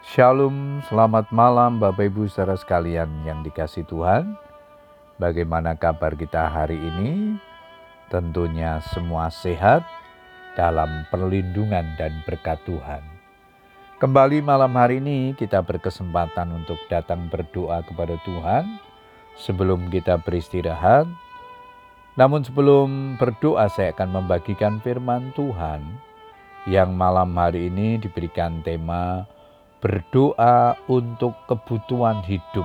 Shalom, selamat malam Bapak Ibu saudara sekalian yang dikasihi Tuhan. Bagaimana kabar kita hari ini? Tentunya semua sehat dalam perlindungan dan berkat Tuhan. Kembali malam hari ini kita berkesempatan untuk datang berdoa kepada Tuhan sebelum kita beristirahat. Namun sebelum berdoa saya akan membagikan firman Tuhan yang malam hari ini diberikan tema berdoa untuk kebutuhan hidup.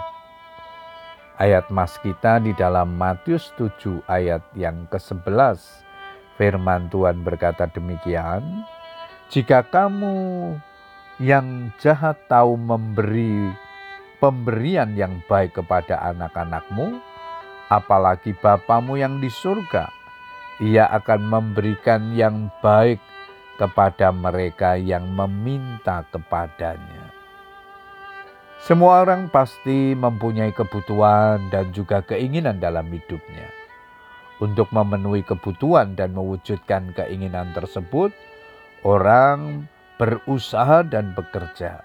Ayat mas kita di dalam Matius 7 ayat yang ke-11. Firman Tuhan berkata demikian, "Jika kamu yang jahat tahu memberi pemberian yang baik kepada anak-anakmu, apalagi Bapamu yang di surga, Ia akan memberikan yang baik kepada mereka yang meminta kepadanya." Semua orang pasti mempunyai kebutuhan dan juga keinginan dalam hidupnya. Untuk memenuhi kebutuhan dan mewujudkan keinginan tersebut, orang berusaha dan bekerja.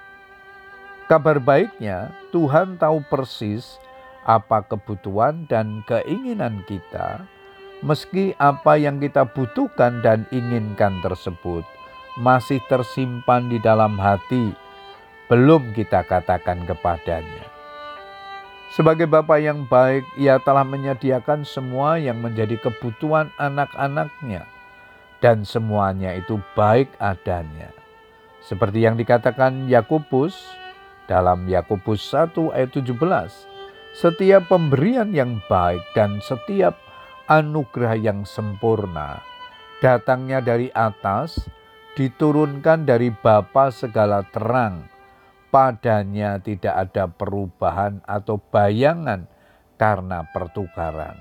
Kabar baiknya, Tuhan tahu persis apa kebutuhan dan keinginan kita, meski apa yang kita butuhkan dan inginkan tersebut masih tersimpan di dalam hati, belum kita katakan kepadanya. Sebagai Bapa yang baik, Ia telah menyediakan semua yang menjadi kebutuhan anak-anaknya, dan semuanya itu baik adanya. Seperti yang dikatakan Yakobus dalam Yakobus 1 ayat 17, setiap pemberian yang baik dan setiap anugerah yang sempurna datangnya dari atas, diturunkan dari Bapa segala terang. Padanya tidak ada perubahan atau bayangan karena pertukaran.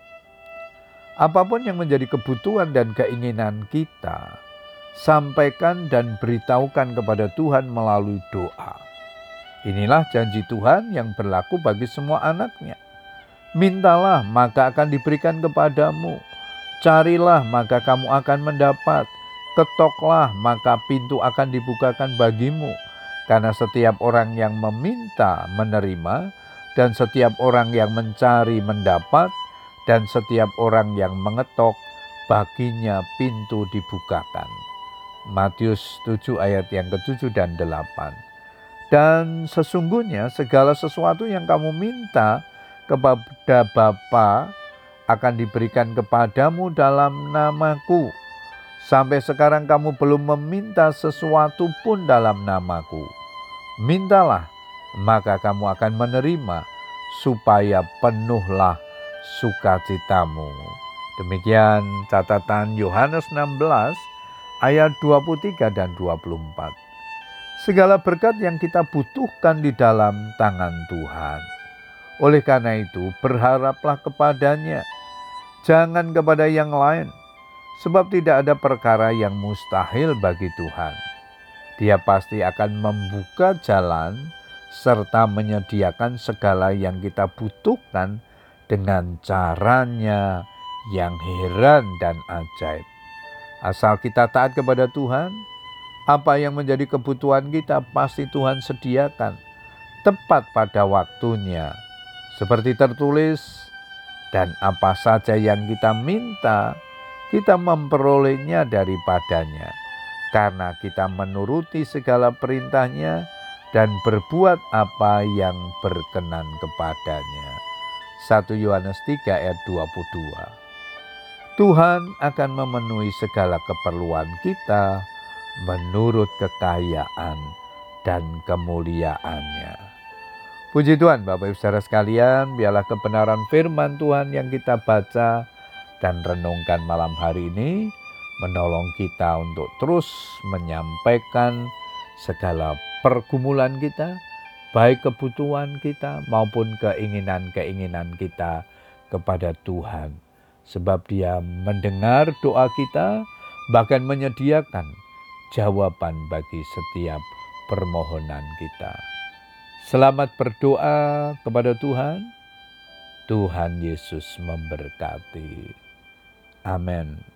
Apapun yang menjadi kebutuhan dan keinginan kita, sampaikan dan beritahukan kepada Tuhan melalui doa. Inilah janji Tuhan yang berlaku bagi semua anak-Nya. Mintalah maka akan diberikan kepadamu. Carilah maka kamu akan mendapat. Ketoklah maka pintu akan dibukakan bagimu. Karena setiap orang yang meminta menerima, dan setiap orang yang mencari mendapat, dan setiap orang yang mengetok baginya pintu dibukakan. Matius 7 ayat yang ke-7 dan 8. Dan sesungguhnya segala sesuatu yang kamu minta kepada Bapa akan diberikan kepadamu dalam namaku. Sampai sekarang kamu belum meminta sesuatu pun dalam namaku. Mintalah, maka kamu akan menerima, supaya penuhlah sukacitamu. Demikian catatan Yohanes 16 ayat 23 dan 24. Segala berkat yang kita butuhkan di dalam tangan Tuhan. Oleh karena itu, berharaplah kepadanya, jangan kepada yang lain. Sebab tidak ada perkara yang mustahil bagi Tuhan. Dia pasti akan membuka jalan serta menyediakan segala yang kita butuhkan dengan caranya yang heran dan ajaib. Asal kita taat kepada Tuhan, apa yang menjadi kebutuhan kita pasti Tuhan sediakan tepat pada waktunya. Seperti tertulis, dan apa saja yang kita minta, kita memperolehnya daripadanya, karena kita menuruti segala perintahnya dan berbuat apa yang berkenan kepadanya. 1 Yohanes 3 ayat 22. Tuhan akan memenuhi segala keperluan kita menurut kekayaan dan kemuliaannya. Puji Tuhan Bapak Ibu saudara sekalian, biarlah kebenaran firman Tuhan yang kita baca dan renungkan malam hari ini menolong kita untuk terus menyampaikan segala pergumulan kita, baik kebutuhan kita maupun keinginan-keinginan kita kepada Tuhan. Sebab Dia mendengar doa kita, bahkan menyediakan jawaban bagi setiap permohonan kita. Selamat berdoa kepada Tuhan. Tuhan Yesus memberkati. Amin.